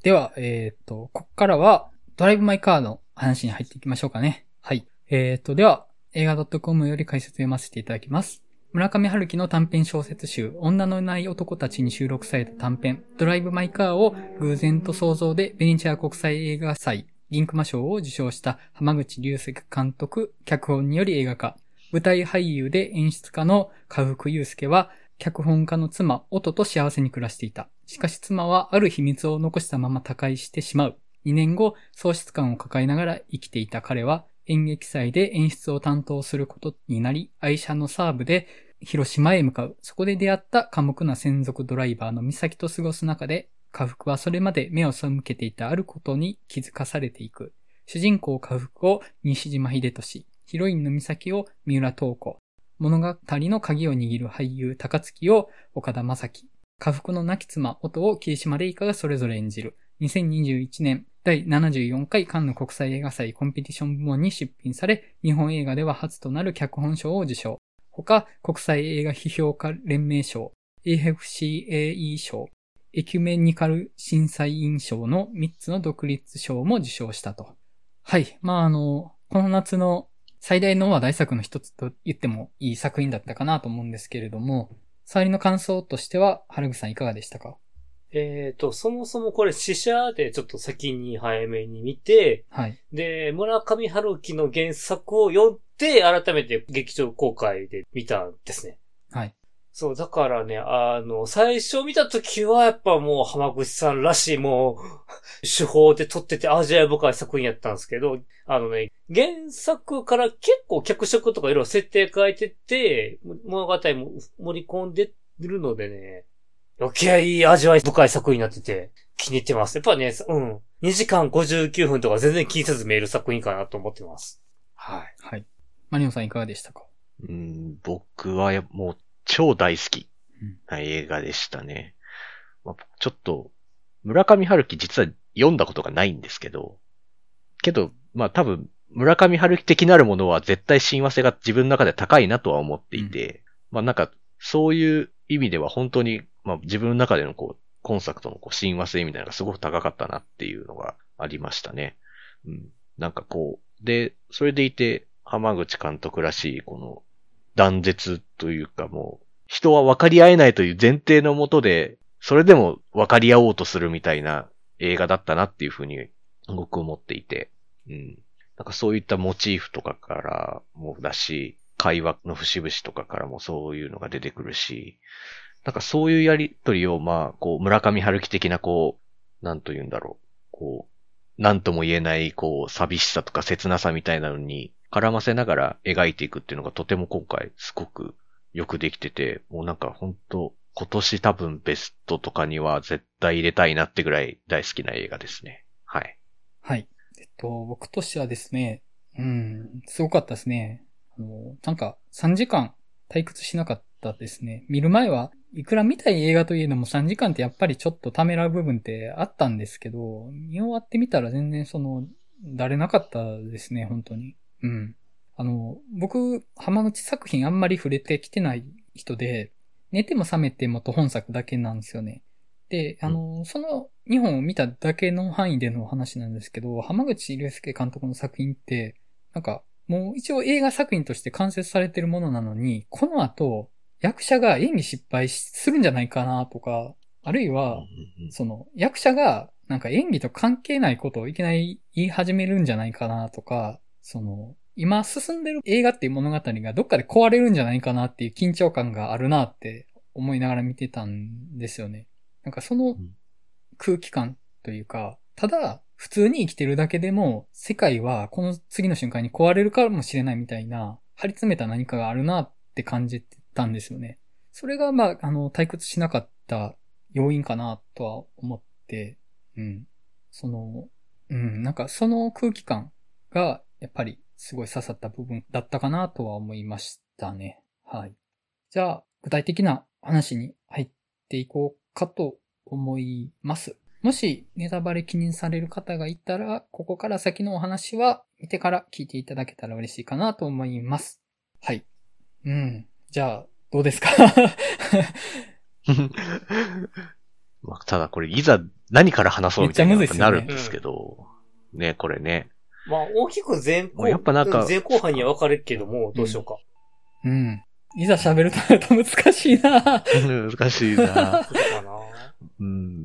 では、ここからは、ドライブ・マイ・カーの話に入っていきましょうかね。はい。では、映画 .com より解説を読ませていただきます。村上春樹の短編小説集、女のいない男たちに収録された短編、ドライブ・マイ・カーを偶然と想像でベネチア国際映画祭、銀熊賞を受賞した浜口竜介監督、脚本により映画化。舞台俳優で演出家の家福祐介は、脚本家の妻、音と幸せに暮らしていた。しかし妻はある秘密を残したまま他界してしまう。2年後、喪失感を抱えながら生きていた彼は、演劇祭で演出を担当することになり、愛車のサーブで広島へ向かう。そこで出会った寡黙な専属ドライバーの美咲と過ごす中で、家福はそれまで目を背けていたあることに気づかされていく。主人公家福を西島秀俊、ヒロインの美咲を三浦透子、物語の鍵を握る俳優高槻を岡田将生、家福の亡き妻音を桐島玲香がそれぞれ演じる。2021年第74回カンヌ国際映画祭コンペティション部門に出品され、日本映画では初となる脚本賞を受賞。他、国際映画批評家連盟賞、AFCAE 賞、エキュメニカル審査委員賞の3つの独立賞も受賞したと。はい。この夏の最大の話題作の一つと言ってもいい作品だったかなと思うんですけれども、触りの感想としては、原口さんいかがでしたか？ そもそもこれ試写でちょっと先に早めに見て、 はい。 で、村上春樹の原作を読んで、改めて劇場公開で見たんですね。 はい。 そう、だからね、最初見たときはやっぱもう浜口さんらしいもう、手法で撮ってて味わい深い作品やったんですけど、原作から結構脚色とかいろいろ設定変えてて、物語も盛り込んでるのでね、余計いい味わい深い作品になってて、気に入ってます。やっぱね、2時間59分とか全然気にせず見える作品かなと思ってます。はい。 はい。マリオンさんいかがでしたか？ 僕はもう超大好きな映画でしたね。ちょっと、村上春樹実は読んだことがないんですけど、多分、村上春樹的なるものは絶対親和性が自分の中で高いなとは思っていて、そういう意味では本当に、自分の中での今作との親和性みたいなのがすごく高かったなっていうのがありましたね。で、それでいて、浜口監督らしい、この、断絶というかもう、人は分かり合えないという前提のもとで、それでも分かり合おうとするみたいな映画だったなっていうふうに僕思っていて、そういったモチーフとかからもだし、会話の節々とかからもそういうのが出てくるし、そういうやりとりを村上春樹的ななんと言うんだろう、なんとも言えない寂しさとか切なさみたいなのに絡ませながら描いていくっていうのがとても今回すごくよくできてて、もう本当今年多分ベストとかには絶対入れたいなってぐらい大好きな映画ですね。はい。 はい。僕としてはですね、すごかったですね。3時間退屈しなかったですね。見る前はいくら見たい映画といえども3時間ってやっぱりちょっとためらう部分ってあったんですけど、見終わってみたら全然だれなかったですね、本当に。僕、浜口作品あんまり触れてきてない人で、寝ても覚めてもと本作だけなんですよね。で、その2本を見ただけの範囲での話なんですけど、浜口竜介監督の作品って、もう一応映画作品として完成されてるものなのに、この後、役者が演技失敗するんじゃないかなとか、あるいは、役者が演技と関係ないことをいきなり言い始めるんじゃないかなとか、今進んでる映画っていう物語がどっかで壊れるんじゃないかなっていう緊張感があるなって思いながら見てたんですよね。その空気感というか、ただ普通に生きてるだけでも世界はこの次の瞬間に壊れるかもしれないみたいな張り詰めた何かがあるなって感じてたんですよね。それが退屈しなかった要因かなとは思って、その空気感がやっぱりすごい刺さった部分だったかなとは思いましたね。はい。じゃあ、具体的な話に入っていこうかと思います。もしネタバレ気にされる方がいたら、ここから先のお話は見てから聞いていただけたら嬉しいかなと思います。はい。じゃあ、どうですかまあ、ただこれ、いざ何から話そうみたいなめっちゃむずいっすよねなるんですけど、ね、これね。 まあ、大きく前後、 やっぱなんか前後半には分かれるけども、どうしようか。 うん。いざ喋るとなると難しいな難しいなそうかな。 うん。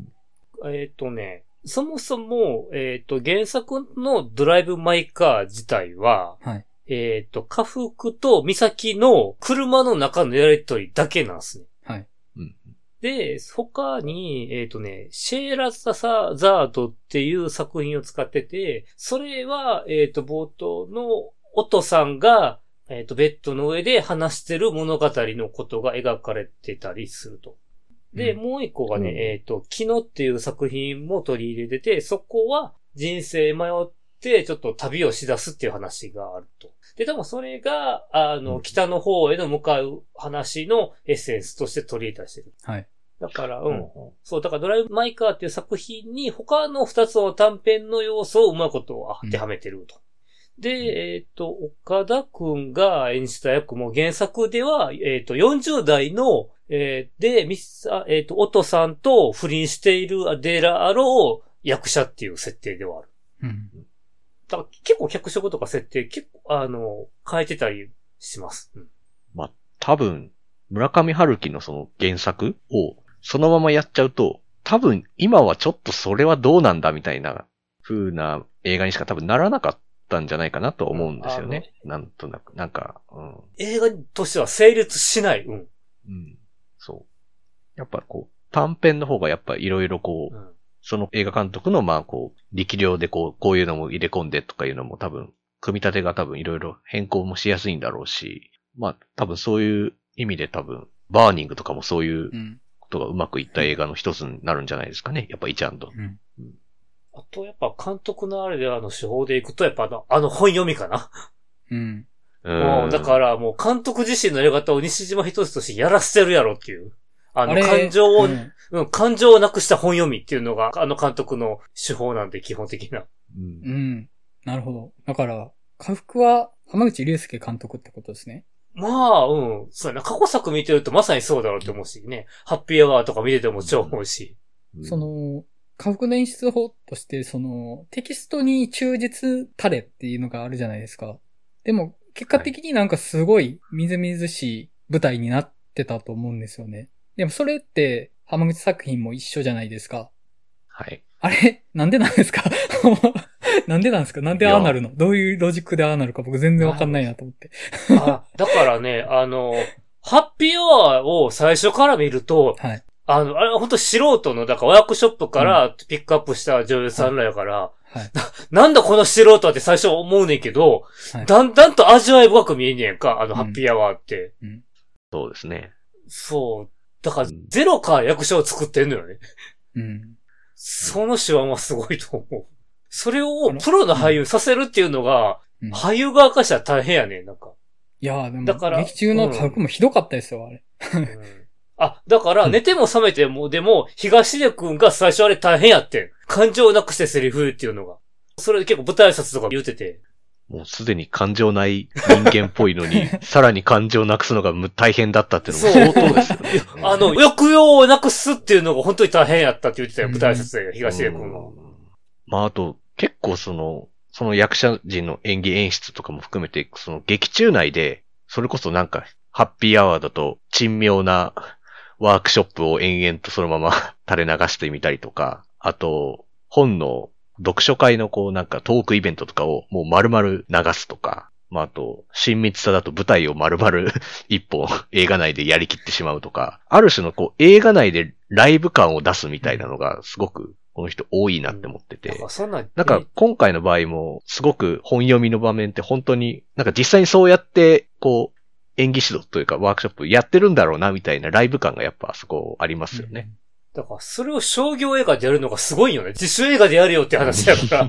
そもそも、原作のドライブ・マイ・カー自体は、 はい。 家福と美咲の車の中のやりとりだけなんですね。 はい。 で、他に、シェーラザードっていう作品を使ってて、それは、冒頭のオトさんが、ベッドの上で話してる物語のことが描かれてたりすると。で、もう一個がね、キノっていう作品も取り入れてて、そこは人生迷ってちょっと旅をしだすっていう話があると。で、多分それが、北の方への向かう話のエッセンスとして取り入れたりしてる。 はい。 だから、そう、だからドライブ・マイ・カーっていう作品に他の二つの短編の要素をうまいこと当てはめてると。で、岡田くんが演じた役も原作では、40代の、オトさんと不倫しているであろう役者っていう設定ではある。 うん。 だから結構脚色とか設定結構、変えてたりします。うん、 まあ、多分、村上春樹のその原作をそのままやっちゃうと、多分今はちょっとそれはどうなんだみたいな風な映画にしか多分ならなかったんじゃないかなと思うんですよね。なんとなく、 映画としては成立しない。うん。 そう。やっぱこう、短編の方がやっぱいろいろこう、その映画監督の力量でこういうのも入れ込んでとかいうのも多分、組み立てが多分いろいろ変更もしやすいんだろうし、多分そういう意味で多分、バーニングとかもそういうことがうまくいった映画の一つになるんじゃないですかね。やっぱイチャンド。 あとやっぱ監督のあれで手法でいくとやっぱ本読みかな。だからもう監督自身のやり方を西島一つとしてやらせてるやろっていう。感情をなくした本読みっていうのが監督の手法なんで基本的な。 なるほど。だから、家福は浜口竜介監督ってことですね。 そうやな。過去作見てるとまさにそうだろうって思うしね。ハッピーアワーとか見てても超思うし。 家福の演出法として、テキストに忠実たれっていうのがあるじゃないですか。でも、結果的になんかすごいみずみずしい舞台になってたと思うんですよね。でもそれって浜口作品も一緒じゃないですか。 はい。 あれなんでなんですかなんでなんですかなんでああなるのどういうロジックでああなるか僕全然わかんないなと思って。 だからね、ハッピーアワーを最初から見ると、 はい。 あれ本当素人の、だからワークショップからピックアップした女優さんらやから、なんだこの素人って最初思うねんけど、だんだんと味わい深く見えんねやんか、ハッピーアワーって。 そうですね。 そう。だから、ゼロから役者を作ってんのよね。その手腕はすごいと思う。それをプロの俳優させるっていうのが、俳優側からしたら大変やねん、なんか。 いやでも、だから劇中の家福もひどかったですよ、あれ。 だから、寝ても覚めても、でも、東出くんが最初あれ大変やってん。感情をなくしてセリフっていうのが。それで結構舞台挨拶とか言うてて。 もうすでに感情ない人間っぽいのに、さらに感情をなくすのが大変だったっていうのも相当ですよね。 抑揚をなくすっていうのが本当に大変やったって言ってたよ、舞台挨拶で、東出くんは。 あと、結構その役者陣の演技演出とかも含めて、劇中内で、それこそなんか、ハッピーアワーだと、珍妙なワークショップを延々とそのまま垂れ流してみたりとか、あと、本の読書会のなんかトークイベントとかをもう丸々流すとか、あと、親密さだと舞台を丸々一本映画内でやりきってしまうとか、ある種の映画内でライブ感を出すみたいなのがすごくこの人多いなって思ってて。なんか今回の場合もすごく本読みの場面って本当になんか実際にそうやって演技指導というかワークショップやってるんだろうなみたいなライブ感がやっぱそこありますよね。 だからそれを商業映画でやるのがすごいよね。自主映画でやるよって話やから。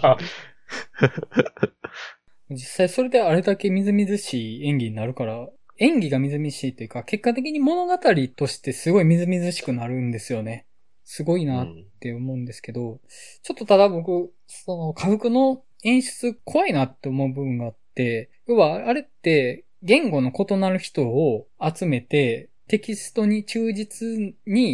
実際それであれだけみずみずしい演技になるから、演技がみずみずしいというか、結果的に物語としてすごいみずみずしくなるんですよね。すごいなって思うんですけど、ちょっとただ僕、家福の演出怖いなって思う部分があって、要はあれって言語の異なる人を集めてテキストに忠実に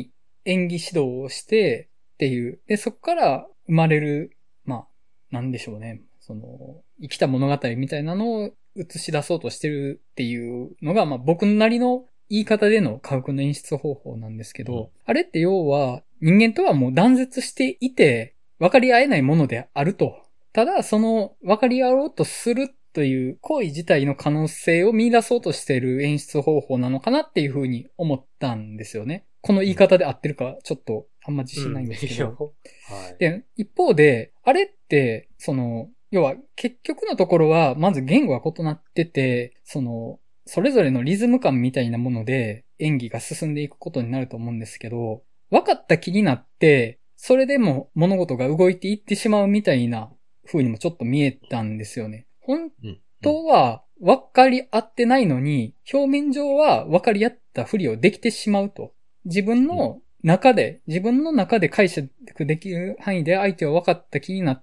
演技指導をしてっていう。で、そこから生まれる、まあ、なんでしょうね。生きた物語みたいなのを映し出そうとしてるっていうのが、まあ僕なりの言い方での家福の演出方法なんですけど、あれって要は人間とはもう断絶していて分かり合えないものであると。ただ分かり合おうとするという行為自体の可能性を見出そうとしている演出方法なのかなっていうふうに思ったんですよね。この言い方で合ってるかちょっとあんま自信ないんですけど。 はい、 で、一方で、あれって、要は結局のところは、まず言語が異なってて、それぞれのリズム感みたいなもので演技が進んでいくことになると思うんですけど、分かった気になって、それでも物事が動いていってしまうみたいな風にもちょっと見えたんですよね。本当は分かり合ってないのに、表面上は分かり合ったふりをできてしまうと。自分の中で解釈できる範囲で相手は分かった気になって、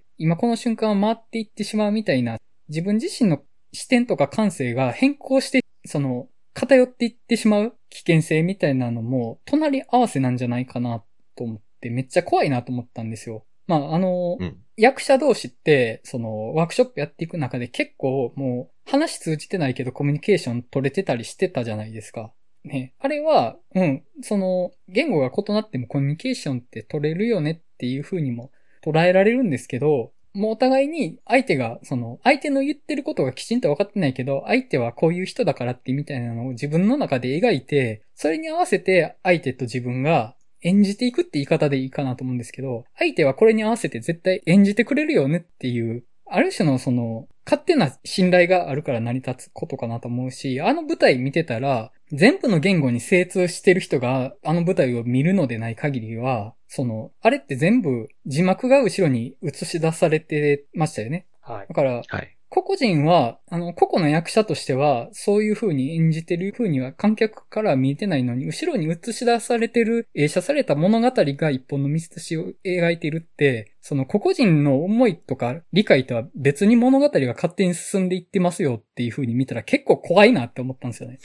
今この瞬間は回っていってしまうみたいな、自分自身の視点とか感性が変更して、偏っていってしまう危険性みたいなのも、隣り合わせなんじゃないかなと思って、めっちゃ怖いなと思ったんですよ。まあ、役者同士って、ワークショップやっていく中で結構もう話通じてないけどコミュニケーション取れてたりしてたじゃないですか。ね。あれは、言語が異なってもコミュニケーションって取れるよねっていう風にも捉えられるんですけど、もうお互いに相手の言ってることがきちんと分かってないけど、相手はこういう人だからってみたいなのを自分の中で描いて、それに合わせて相手と自分が演じていくって言い方でいいかなと思うんですけど、相手はこれに合わせて絶対演じてくれるよねっていう、ある種の勝手な信頼があるから成り立つことかなと思うし、あの舞台見てたら、全部の言語に精通してる人があの舞台を見るのでない限りは、あれって全部字幕が後ろに映し出されてましたよね。 はい。 だから、 はい。 個々人は、個々の役者としては、そういう風に演じてる風には観客からは見えてないのに、後ろに映し出されてる、映写された物語が一本の道筋を描いているって、個々人の思いとか理解とは別に物語が勝手に進んでいってますよっていう風に見たら結構怖いなって思ったんですよね。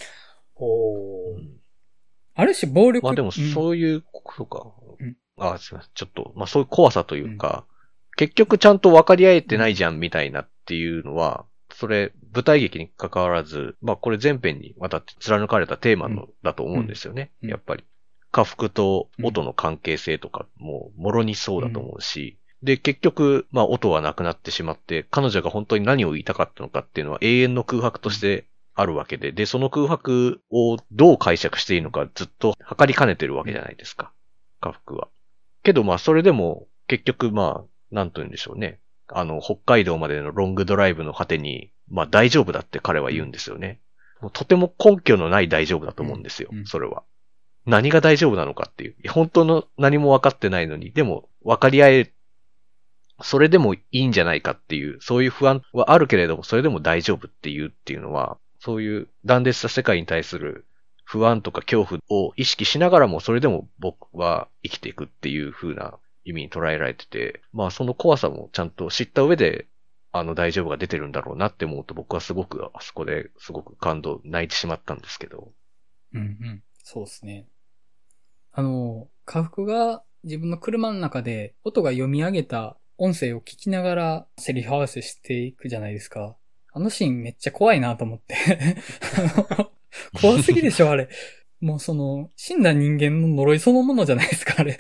ある種暴力。 まあでもそういうことか。 うん、 すいません。ちょっと、まあそういう怖さというか、結局ちゃんと分かり合えてないじゃんみたいなっていうのは、それ舞台劇に関わらず、まあこれ全編にわたって貫かれたテーマだと思うんですよね。やっぱり。家福と音の関係性とかももろにそうだと思うし、で結局まあ音はなくなってしまって、彼女が本当に何を言いたかったのかっていうのは永遠の空白としてあるわけで、でその空白をどう解釈していいのかずっと測りかねてるわけじゃないですか。家福は。けどまあそれでも結局まあなんと言うんでしょうね。北海道までのロングドライブの果てに、まあ大丈夫だって彼は言うんですよね。もうとても根拠のない大丈夫だと思うんですよ、それは。何が大丈夫なのかっていう。本当の何も分かってないのに、でも分かり合え、それでもいいんじゃないかっていう、そういう不安はあるけれども、それでも大丈夫っていうのは、そういう断絶した世界に対する不安とか恐怖を意識しながらも、それでも僕は生きていくっていう風な意味に捉えられてて、まあその怖さもちゃんと知った上で、大丈夫が出てるんだろうなって思うと、僕はすごく、あそこですごく泣いてしまったんですけど。 うんうん。そうですね。家福が自分の車の中で音が読み上げた音声を聞きながらセリフ合わせしていくじゃないですか。あのシーンめっちゃ怖いなと思って。怖すぎでしょ、あれ。もう死んだ人間の呪いそのものじゃないですか、あれ。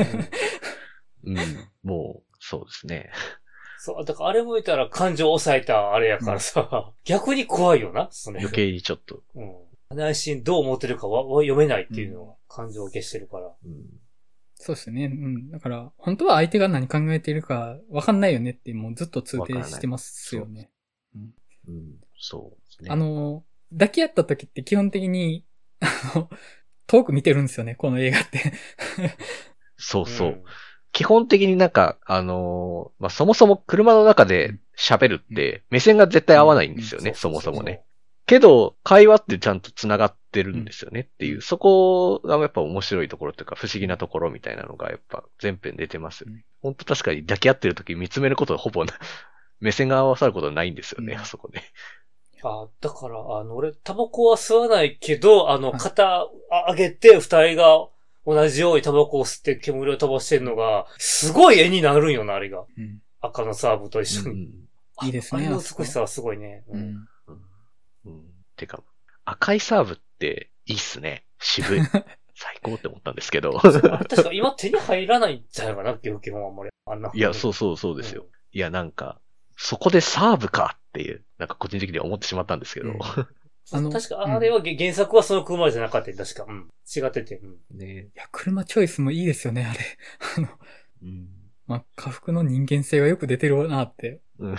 もう、そうですね。 そう、だからあれも言ったら感情を抑えたあれやからさ、逆に怖いよな、 余計にちょっと。 内心どう思ってるかは読めないっていうのは感情を消してるから。 そうですね。だから、本当は相手が何考えているか分かんないよねってもうずっと通底してますよね。 そうですね。 抱き合った時って基本的に、遠く見てるんですよね、この映画って。 そうそう。基本的になんか、まあ、そもそも車の中で喋るって、目線が絶対合わないんですよね、そもそもね。けど、会話ってちゃんと繋がってるんですよねっていう、そこがやっぱ面白いところというか、不思議なところみたいなのがやっぱ全編出てますよね。本当確かに抱き合ってる時見つめることはほぼ目線が合わさることはないんですよね、あそこで。 だから、俺、タバコは吸わないけど、肩上げて二人が同じようにタバコを吸って煙を飛ばしてるのが、すごい絵になるんよな、あれが。 うん。 赤のサーブと一緒に。 いいですね。 あれの美しさはすごいね。 うん。 てか、赤いサーブっていいっすね。渋い。最高って思ったんですけど。 あれ確か今手に入らないんじゃないかな、基本あんまり。あんな。 いや、そうですよ。いや、なんか、そこでサーブかっていう、なんか個人的には思ってしまったんですけど。 確か、あれは原作はその車じゃなかった、確か。違ってて。 ね。 いや、車チョイスもいいですよね、あれ。まあ、家福の人間性がよく出てるなって。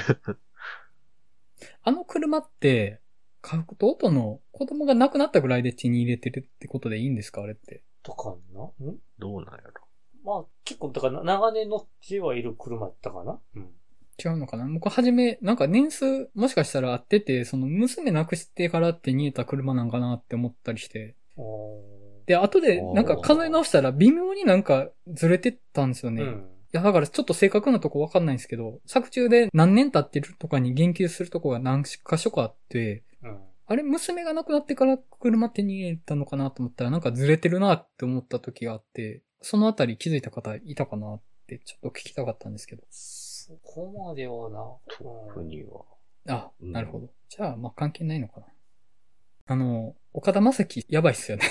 あの車って、家福と音の子供が亡くなったぐらいで血に入れてるってことでいいんですか、あれって。 とかなどうなんやろ。 まあ、結構、だから長年乗ってはいる車だったかな違うのかな僕はじめ、なんか年数もしかしたら合ってて、その娘亡くしてからって逃げた車なんかなって思ったりして。で、後でなんか数え直したら微妙になんかずれてったんですよね。いや、だからちょっと正確なとこわかんないんですけど、作中で何年経ってるとかに言及するとこが何箇所かあって、あれ、娘が亡くなってから車って逃げたのかなと思ったらなんかずれてるなって思った時があって、そのあたり気づいた方いたかなってちょっと聞きたかったんですけど。 そこまではな。 特には。 あ、なるほど。じゃあ、まあ、関係ないのかな。岡田将生やばいっすよね。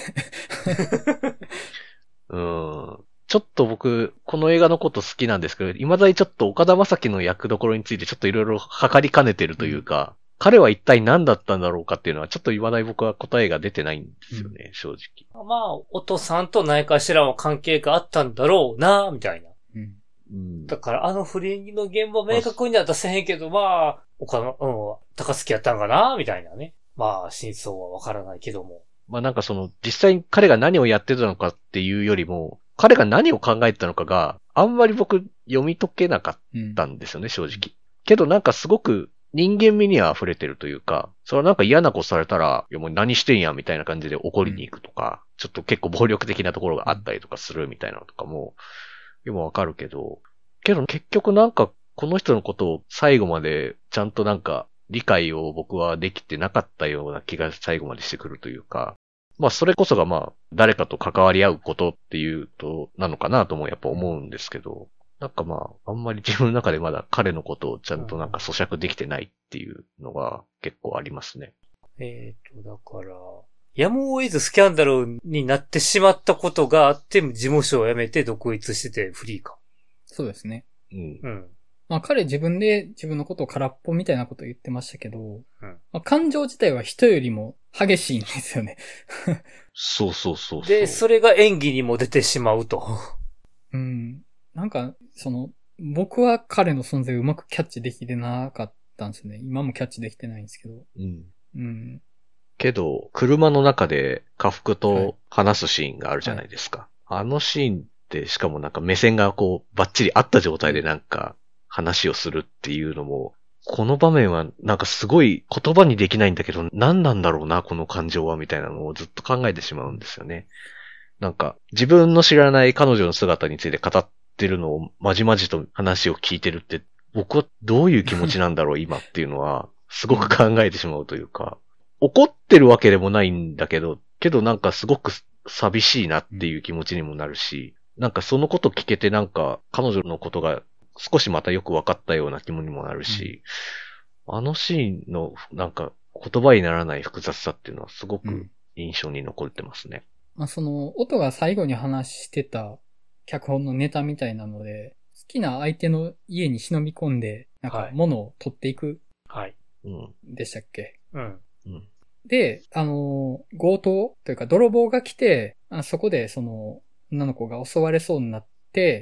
ちょっと僕、この映画のこと好きなんですけど、未だにちょっと岡田将生の役どころについてちょっといろいろ測りかねてるというか、彼は一体何だったんだろうかっていうのはちょっと未だに僕は答えが出てないんですよね、正直。 まあ、お父さんと何かしらも関係があったんだろうな、みたいな。だからあの不倫の現場明確には出せへんけど、まあ、高槻やったんかなみたいなね。まあ、真相はわからないけども。 まあなんか実際に彼が何をやってたのかっていうよりも、彼が何を考えてたのかがあんまり僕読み解けなかったんですよね、正直。けどなんかすごく人間味には溢れてるというか、それはなんか嫌なことされたら、いやもう何してんやみたいな感じで怒りに行くとか、ちょっと結構暴力的なところがあったりとかするみたいなのとかも、今わかるけど結局なんかこの人のことを最後までちゃんとなんか理解を僕はできてなかったような気が最後までしてくるというか、まあそれこそがまあ誰かと関わり合うことっていうとなのかなともやっぱ思うんですけど、なんかまああんまり自分の中でまだ彼のことをちゃんとなんか咀嚼できてないっていうのが結構ありますね。 だから、やむを得ずスキャンダルになってしまったことがあって、事務所を辞めて独立しててフリーか。 そうですね。 うんまあ彼自分で自分のことを空っぽみたいなことを言ってましたけど、まあ、感情自体は人よりも激しいんですよね。 そう。 で、それが演技にも出てしまうと。 なんか、僕は彼の存在をうまくキャッチできてなかったんですね。今もキャッチできてないんですけど。 けど、車の中で家福と話すシーンがあるじゃないですか。あのシーンってしかもなんか目線がこうバッチリ合った状態でなんか話をするっていうのも、この場面はなんかすごい言葉にできないんだけど何なんだろうなこの感情はみたいなのをずっと考えてしまうんですよね。なんか自分の知らない彼女の姿について語ってるのをまじまじと話を聞いてるって僕はどういう気持ちなんだろう今っていうのはすごく考えてしまうというか、怒ってるわけでもないんだけどなんかすごく寂しいなっていう気持ちにもなるし、なんかそのこと聞けてなんか彼女のことが少しまたよく分かったような気にもなるし、あのシーンのなんか言葉にならない複雑さっていうのはすごく印象に残ってますね。 まあ音が最後に話してた脚本のネタみたいなので、好きな相手の家に忍び込んで、なんか物を取っていく。 はい。 でしたっけ？ で、 強盗というか泥棒が来て、そこで女の子が襲われそうになって、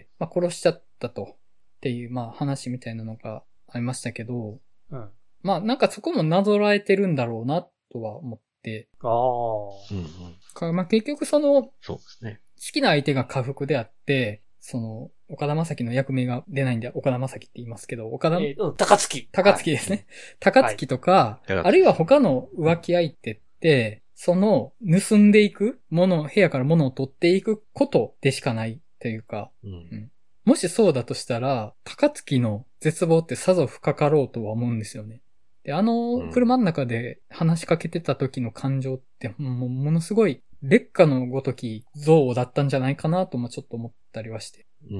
まあ、殺しちゃったと。っていう、まあ話みたいなのがありましたけど、まあなんかそこもなぞらえてるんだろうなとは思って。まあ結局そうですね。 好きな相手が家福であって、岡田将生の役名が出ないんで岡田将生って言いますけど、 高槻ですね。高槻とか、あるいは他の浮気相手って、盗んでいく部屋から物を取っていくことでしかないというか、もしそうだとしたら、高槻の絶望ってさぞ深かろうとは思うんですよね。で、車の中で話しかけてた時の感情ってものすごい劣化のごとき像だったんじゃないかなともちょっと思ったりはして。 うん。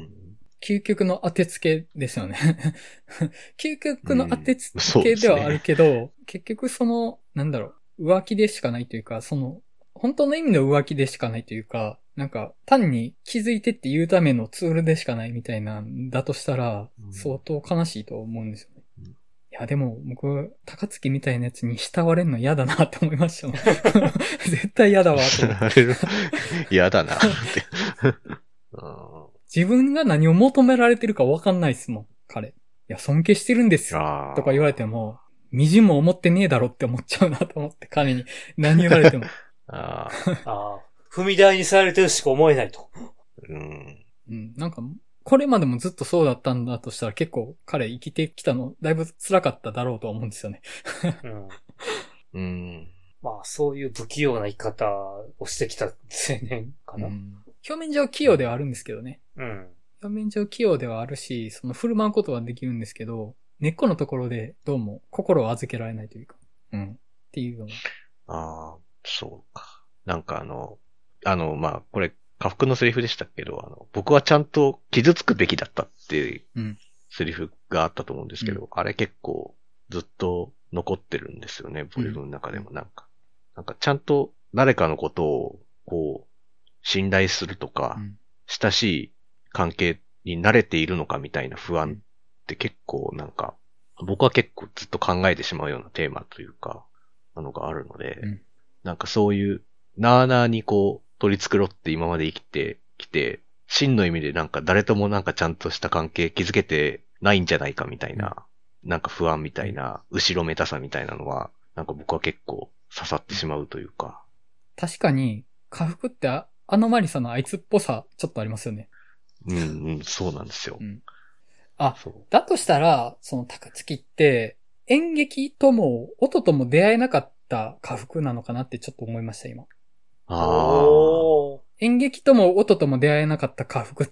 究極の当てつけですよね。究極の当てつけではあるけど、結局なんだろう、浮気でしかないというか、本当の意味の浮気でしかないというか、なんか、単に気づいてって言うためのツールでしかないみたいなんだとしたら、相当悲しいと思うんですよね。いや、でも、僕、高槻みたいなやつに慕われるの嫌だなって思いましたね。絶対嫌だわ、と思って。 嫌だなって。 自分が何を求められてるか分かんないっすもん、彼。いや、尊敬してるんですよ。とか言われても、みじんも思ってねえだろって思っちゃうなと思って、彼に何言われても。 踏み台にされてるしか思えないと。 なんか、これまでもずっとそうだったんだとしたら結構彼生きてきたのだいぶ辛かっただろうとは思うんですよね。 まあそういう不器用な生き方をしてきた青年かな。 表面上器用ではあるんですけどね。 表面上器用ではあるし、振る舞うことはできるんですけど、根っこのところでどうも心を預けられないというか。っていうのが。そうか。なんかまあ、これ、家福のセリフでしたけど、僕はちゃんと傷つくべきだったっていうセリフがあったと思うんですけど、あれ結構ずっと残ってるんですよね、ボリュームの中でもなんかちゃんと誰かのことをこう、信頼するとか、親しい関係に慣れているのかみたいな不安って結構なんか、僕は結構ずっと考えてしまうようなテーマというか、なのがあるので、なんかそういう、なーなーにこう、取り繕って今まで生きてきて、真の意味でなんか誰ともなんかちゃんとした関係築けてないんじゃないかみたいな、なんか不安みたいな、後ろめたさみたいなのは、なんか僕は結構刺さってしまうというか。 確かに、家福ってマリサのあいつっぽさ、ちょっとありますよね。 そうなんですよ。 だとしたら、高槻って、演劇とも、音とも出会えなかった家福なのかなってちょっと思いました、今。演劇とも音とも出会えなかった家福って、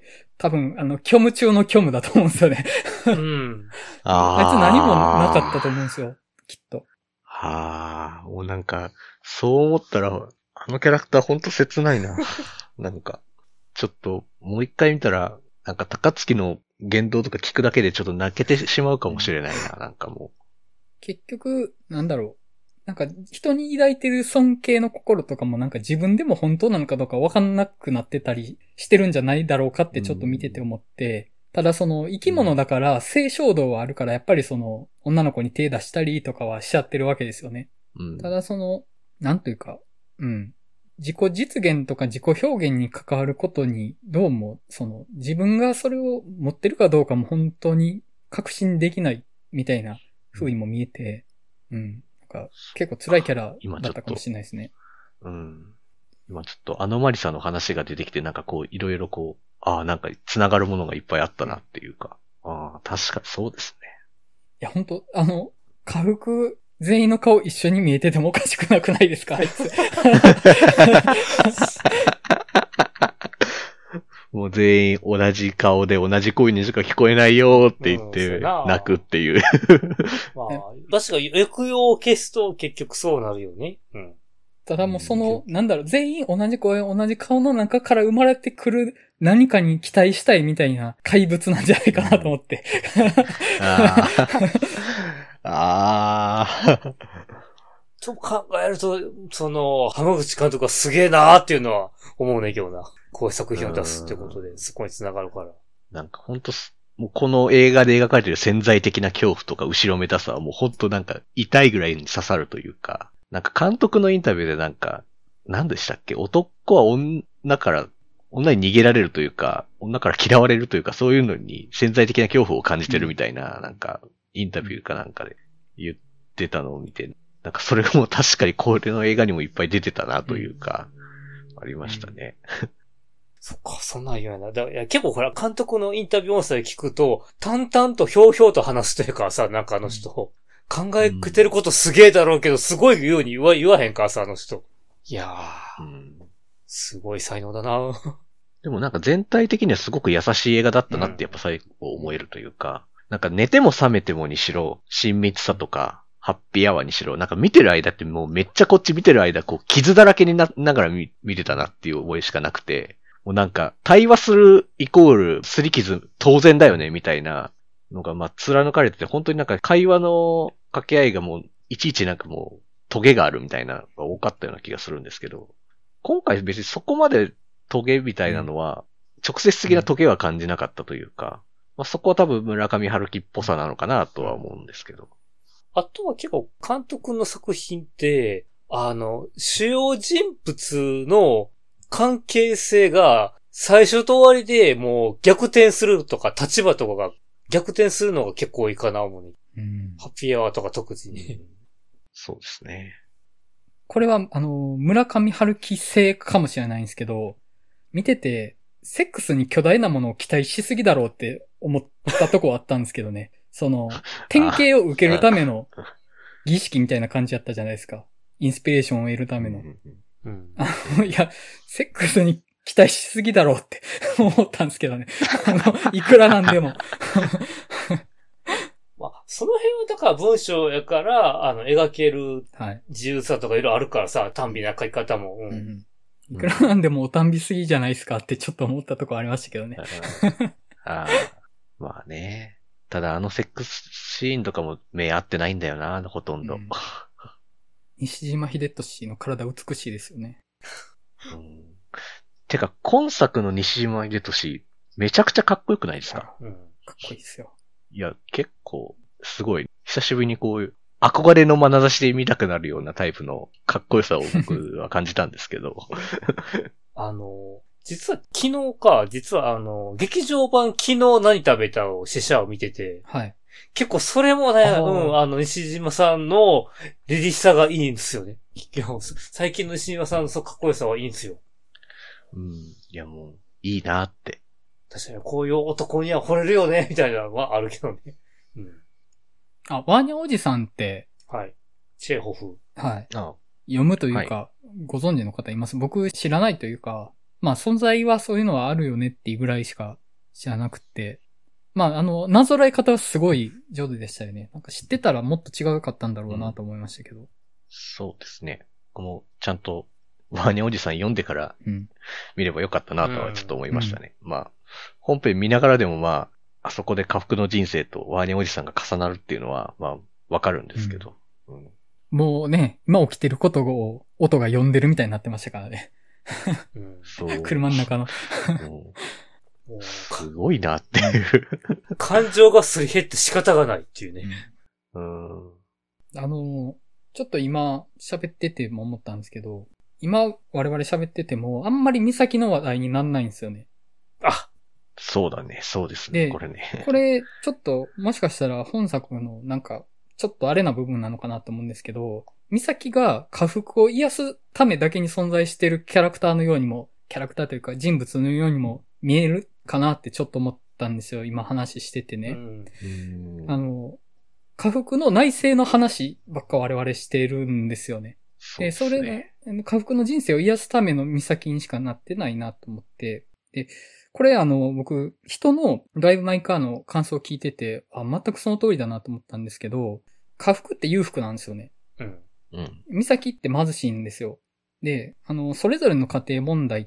多分、虚無中の虚無だと思うんですよね。あいつ何もなかったと思うんですよ、きっと。 もうなんか、そう思ったら、あのキャラクターほんと切ないな。なんか、ちょっと、もう一回見たら、なんか高槻の言動とか聞くだけでちょっと泣けてしまうかもしれないな、なんかもう。 結局、なんだろう。なんか人に抱いてる尊敬の心とかもなんか自分でも本当なのかどうかわかんなくなってたりしてるんじゃないだろうかってちょっと見てて思って、ただ生き物だから性衝動はあるからやっぱり女の子に手出したりとかはしちゃってるわけですよね。ただなんというか、自己実現とか自己表現に関わることにどうも自分がそれを持ってるかどうかも本当に確信できないみたいな風にも見えて、結構辛いキャラだったかもしれないですね。 今ちょっとマリサの話が出てきてなんかこういろいろこう、なんか繋がるものがいっぱいあったなっていうか、確かにそうですね。 いや本当家福全員の顔一緒に見えててもおかしくなくないですかあいつ。 もう全員同じ顔で同じ声にしか聞こえないよって言って泣くっていう。 まあ、確かに抑揚を消すと結局そうなるよね。 ただもうなんだろう、全員同じ声、同じ顔の中から生まれてくる何かに期待したいみたいな怪物なんじゃないかなと思って。 と考えると、浜口監督はすげえなーっていうのは思うね、今日な。こういう作品を出すってことで、そこに繋がるから。 なんかほんと、もうこの映画で描かれている潜在的な恐怖とか後ろめたさはもうほんとなんか痛いぐらいに刺さるというか、なんか監督のインタビューでなんか、何でしたっけ？男は女に逃げられるというか、女から嫌われるというか、そういうのに潜在的な恐怖を感じてるみたいな、なんか、インタビューかなんかで言ってたのを見て、なんかそれがもう確かにこれの映画にもいっぱい出てたなというか、ありましたね。 そっか、そんなん言うやな。いや結構ほら、監督のインタビュー音声聞くと、淡々とひょうひょうと話すというかさ、なんか人、考えてることすげえだろうけど、すごいように言わへんかさ、人。いやー、すごい才能だな。 でもなんか全体的にはすごく優しい映画だったなってやっぱ最後思えるというか、なんか寝ても覚めてもにしろ、親密さとか、 ハッピーアワーにしろ、なんか見てる間ってもうめっちゃこっち見てる間、こう傷だらけにながら見てたなっていう覚えしかなくて、もうなんか対話するイコール擦り傷当然だよねみたいなのがまあ貫かれてて、本当になんか会話の掛け合いがもういちいちなんかもうトゲがあるみたいなのが多かったような気がするんですけど、今回別にそこまでトゲみたいなのは、直接的なトゲは感じなかったというか、まあ、そこは多分村上春樹っぽさなのかなとは思うんですけど。 あとは結構監督の作品って、主要人物の関係性が最初と終わりでもう逆転するとか立場とかが逆転するのが結構多いかな、主に。ハッピーアワーとか特に。 そうですね。 これは、村上春樹製かもしれないんですけど、見てて、セックスに巨大なものを期待しすぎだろうって思ったとこはあったんですけどね。典型を受けるための儀式みたいな感じだったじゃないですか。インスピレーションを得るための。いや、セックスに期待しすぎだろうって思ったんですけどね。いくらなんでも。 まあ、その辺はだから文章やから、描ける自由さとかいろいろあるからさ、短美な書き方も。 いくらなんでもお短美すぎじゃないですかってちょっと思ったとこありましたけどね。 まあね。ただセックスシーンとかも目合ってないんだよな、ほとんど。 西島秀俊の体美しいですよね。 てか、今作の西島秀俊、めちゃくちゃかっこよくないですか？ かっこいいですよ。 いや、結構、すごい。久しぶりにこういう、憧れの眼差しで見たくなるようなタイプのかっこよさを僕は感じたんですけど。 実は実は劇場版昨日何食べたを試写を見てて、 はい。 結構それもね、西島さんのリリースさがいいんですよね。最近の西島さんのかっこよさはいいんですよ。 いやもう、いいなって。 確かにこういう男には惚れるよね、みたいなのはあるけどね。 ワーニャおじさんって、 はい。チェーホフ。 はい。読むというか、ご存知の方います？僕知らないというか、まあ存在はそういうのはあるよねっていうぐらいしか知らなくて、まあなぞらえ方はすごい上手でしたよね。なんか知ってたらもっと違うかったんだろうなと思いましたけど。 そうですね。もうちゃんとワーニャおじさん読んでから見ればよかったなとはちょっと思いましたね。まあ、本編見ながらでもまあ、あそこで家福の人生とワーニャおじさんが重なるっていうのは、まあ、わかるんですけど。 もうね、今起きてることを音が呼んでるみたいになってましたからね。車の中の。 すごいなっていう。 感情がすり減って仕方がないっていうね。 ちょっと今喋ってても思ったんですけど、今我々喋っててもあんまり美咲の話題になんないんですよね。 そうだね。そうですね。これね。 これ、ちょっと、もしかしたら本作のなんか、ちょっとあれな部分なのかなと思うんですけど、美咲が家福を癒すためだけに存在しているキャラクターのようにも、キャラクターというか人物のようにも見えるかなってちょっと思ったんですよ。今話しててね。家福の内政の話ばっか我々してるんですよね。で、それが、家福の人生を癒すための美咲にしかなってないなと思って、で、これ僕、人のドライブ・マイ・カーの感想を聞いてて、全くその通りだなと思ったんですけど、家福って裕福なんですよね。美咲って貧しいんですよ。で、それぞれの家庭問題って、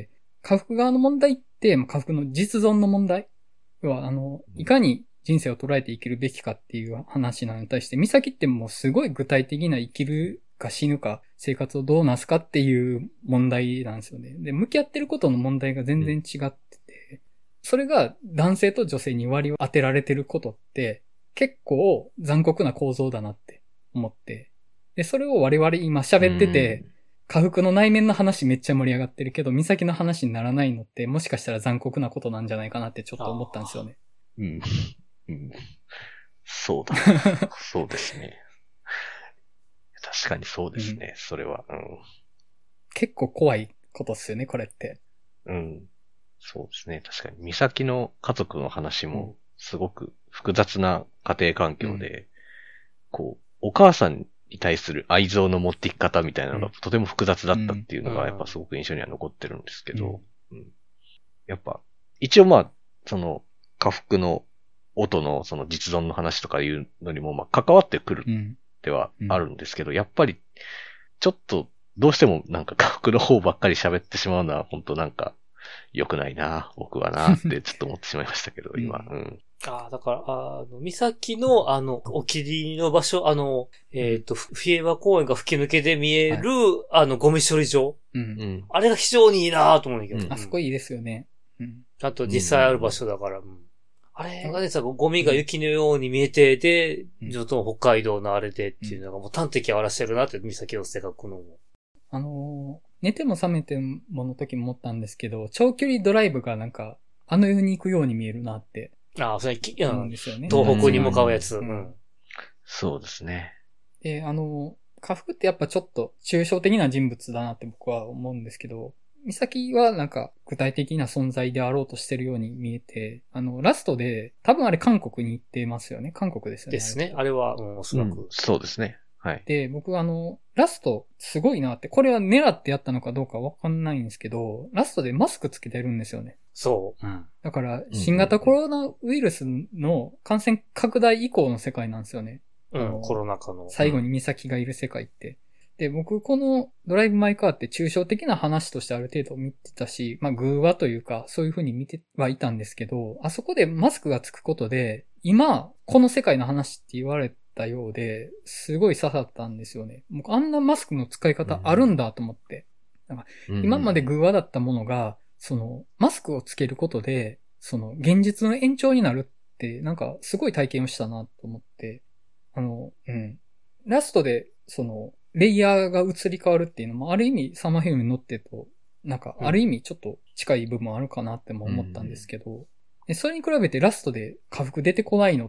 家福側の問題って、家福の実存の問題。要は、いかに人生を捉えて生きるべきかっていう話なのに対して、美咲ってもうすごい具体的な生きるか死ぬか、生活をどうなすかっていう問題なんですよね。で、向き合ってることの問題が全然違ってて、それが男性と女性に割り当てられてることって、結構残酷な構造だなって思って。で、それを我々今喋ってて、家福の内面の話めっちゃ盛り上がってるけど、美咲の話にならないのって、もしかしたら残酷なことなんじゃないかなってちょっと思ったんですよね。 そうだ。そうですね。確かにそうですね。それは。 結構怖いことっすよね、これって。 そうですね。確かに。美咲の家族の話も、すごく複雑な家庭環境で、こう、お母さんに対する愛情の持っていき方みたいなのがとても複雑だったっていうのが、やっぱすごく印象には残ってるんですけど、やっぱ、一応まあ、その、家福の音のその実存の話とかいうのにも、まあ、関わってくるではあるんですけど、やっぱり、ちょっと、どうしてもなんか家福の方ばっかり喋ってしまうのは、本当なんか、良くないな、僕はな、ってちょっと思ってしまいましたけど、今。うん。 だから、岬の、お気に入りの場所、フィエバ公園が吹き抜けで見える、ゴミ処理場。 うん。 あれが非常にいいなと思うんだけど。 あそこいいですよね。 うん。あと実際ある場所だから。あれがね、ゴミが雪のように見えて、で、ちょっと北海道のあれでっていうのがもう端的表してるなって、岬の性格の。 寝ても覚めてもの時も思ったんですけど、長距離ドライブがなんか、あの世に行くように見えるなって。 それ、 思うんですよね。 東北に向かうやつ。 そうですね。 で、家福ってやっぱちょっと抽象的な人物だなって僕は思うんですけど、岬はなんか具体的な存在であろうとしてるように見えて、ラストで、多分あれ韓国に行ってますよね。韓国ですよね。 ですね。あれは、おそらく、 そうですね。はい。 で、僕ラスト、すごいなって、これは狙ってやったのかどうかわかんないんですけど、ラストでマスクつけてるんですよね。 そう。 だから、新型コロナウイルスの感染拡大以降の世界なんですよね。 コロナ禍の。 最後に岬がいる世界って。で、僕、このドライブ・マイ・カーって抽象的な話としてある程度見てたし、偶話というか、そういう風に見てはいたんですけど、あそこでマスクがつくことで、今、この世界の話って言われたようで、すごい刺さったんですよね。僕、あんなマスクの使い方あるんだと思って。今まで偶話だったものが、マスクをつけることで、現実の延長になるって、なんか、すごい体験をしたなと思って、ラストで、レイヤーが移り変わるっていうのも、ある意味、サマーヘルに乗ってと、なんか、ある意味ちょっと近い部分あるかなっても思ったんですけど、それに比べてラストで家福出てこないのって、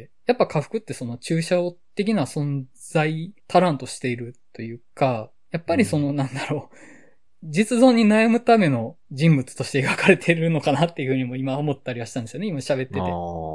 やっぱ家福って抽象的な存在足らんとしているというか、やっぱりなんだろう、実存に悩むための人物として描かれてるのかなっていうふうにも今思ったりはしたんですよね、今喋ってて。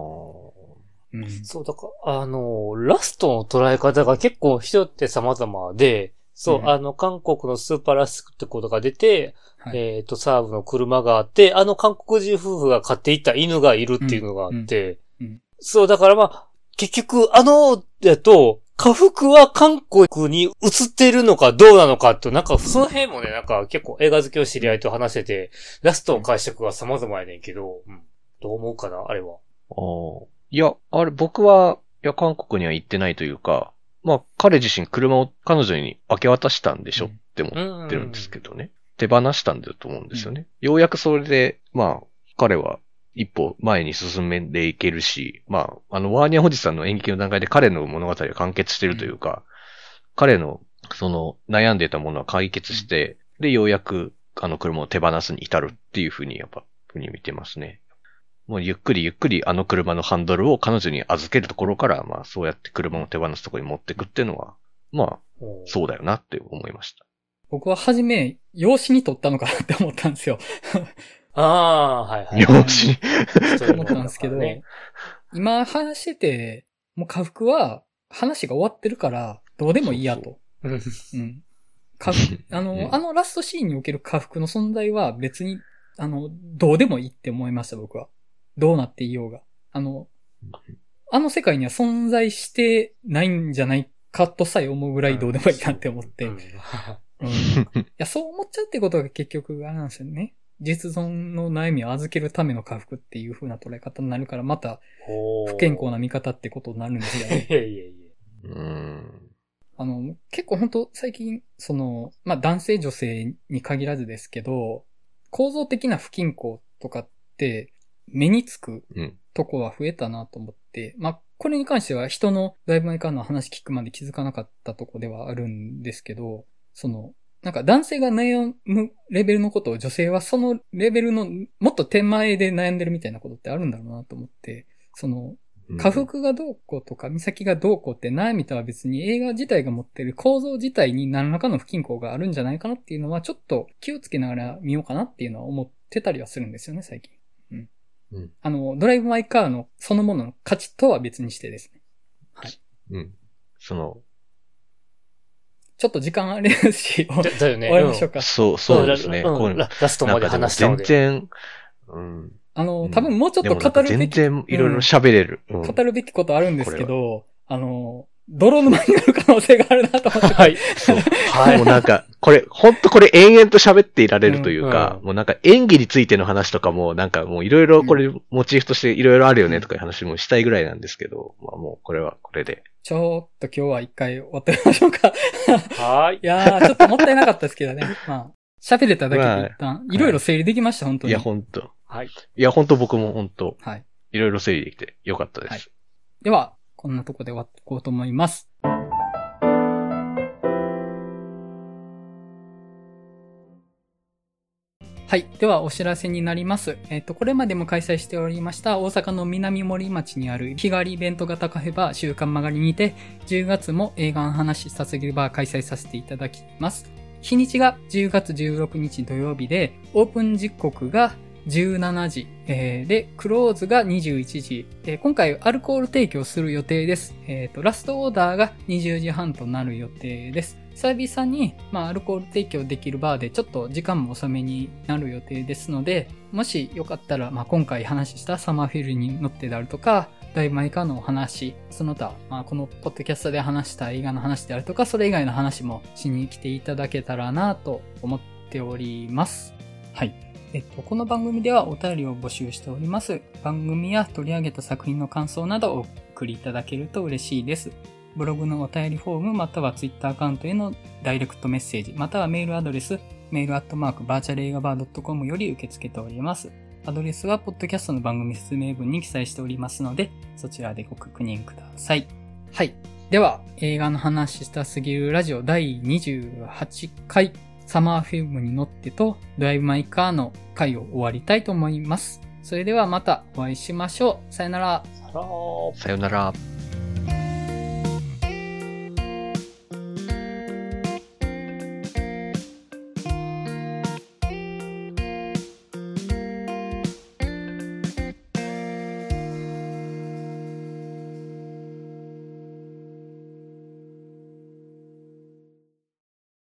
そう、だから、ラストの捉え方が結構人って様々で、そう、韓国のスーパーラスクってことが出て、はい、サーブの車があって、韓国人夫婦が飼っていた犬がいるっていうのがあって、そう、だから結局、だと、家福は韓国に移っているのかどうなのかと、なんか、その辺もね、なんか結構映画好きの知り合いと話してて、ラストの解釈が様々やねんけど、どう思うかな、あれは。 いや、僕は、韓国には行ってないというか、彼自身車を彼女に明け渡したんでしょって思ってるんですけどね。手放したんだと思うんですよね。ようやくそれで、彼は一歩前に進んでいけるし、ワーニャおじさんの演劇の段階で彼の物語が完結してるというか、彼の、悩んでたものは解決して、で、ようやく、車を手放すに至るっていうふうに、見てますね。もうゆっくり車のハンドルを彼女に預けるところから、そうやって車を手放すところに持っていくっていうのは、そうだよなって思いました。 僕は初め、養子に取ったのかなって思ったんですよ。 はいはい。 養子と思ったんですけど、今話してて、もう家福は話が終わってるから、どうでもいいやと。家福、ラストシーンにおける家福の存在は別に、どうでもいいって思いました、僕は。どうなっていようが。世界には存在してないんじゃないかとさえ思うぐらいどうでもいいなって思って。いや、そう思っちゃうってことが結局、あれなんですよね。実存の悩みを預けるための家福っていう風な捉え方になるから、また、不健康な見方ってことになるんですよね。結構本当最近、男性女性に限らずですけど、構造的な不均衡とかって、目につくとこは増えたなと思って、これに関しては人のだいぶ前からの話聞くまで気づかなかったとこではあるんですけど、なんか男性が悩むレベルのことを女性はそのレベルのもっと手前で悩んでるみたいなことってあるんだろうなと思って、家福がどうこうとか岬がどうこうって悩みとは別に映画自体が持ってる構造自体に何らかの不均衡があるんじゃないかなっていうのはちょっと気をつけながら見ようかなっていうのは思ってたりはするんですよね、最近。ドライブ・マイ・カーのそのものの価値とは別にしてですね。はい。ちょっと時間あれですし、 だよね。 終わりましょうか。 そうですね。 ラストまで話したので。 全然、 多分もうちょっと語るべき。 全然いろいろ喋れる。 語るべきことあるんですけど、 泥沼になる可能性があるなと思って。 はい。 そう。はい。もうなんか、これ延々と喋っていられるというか、もうなんか演技についての話とかも、なんかもういろいろこれモチーフとしていろいろあるよねとかいう話もしたいぐらいなんですけど、まあもうこれはこれで。 ちょっと今日は一回終わってみましょうか。 はい。 いやー、ちょっともったいなかったですけどね。まあ、喋れただけで一旦、いろいろ整理できました、本当に。 いや、本当。 はい。 いや、本当僕も本当。 はい。 いろいろ整理できてよかったです。 はい。では、こんなとこで終わっていこうと思います。はい。では、お知らせになります。これまでも開催しておりました、大阪の南森町にある日替わりイベント型カフェバー週刊曲がりにて、10月も映画の話したすぎるバー開催させていただきます。日にちが10月16日土曜日で、オープン時刻が17時、で、クローズが21時、今回アルコール提供する予定です。ラストオーダーが20時半となる予定です。久々に、アルコール提供できるバーでちょっと時間も遅めになる予定ですので、もしよかったら、今回話したサマーフィルに乗ってであるとか、だいぶ前からのお話、その他、このポッドキャストで話した映画の話であるとか、それ以外の話もしに来ていただけたらなと思っております。はい。この番組ではお便りを募集しております。番組や取り上げた作品の感想などをお送りいただけると嬉しいです。ブログのお便りフォームまたはツイッターアカウントへのダイレクトメッセージまたはメールアドレスmail@virtualeigabar.com より受け付けております。アドレスはポッドキャストの番組説明文に記載しておりますのでそちらでご確認ください。はい。では映画の話したすぎるラジオ第28回サマーフィルムに乗ってとドライブ・マイ・カーの回を終わりたいと思います。それではまたお会いしましょう。さよなら。 さよなら。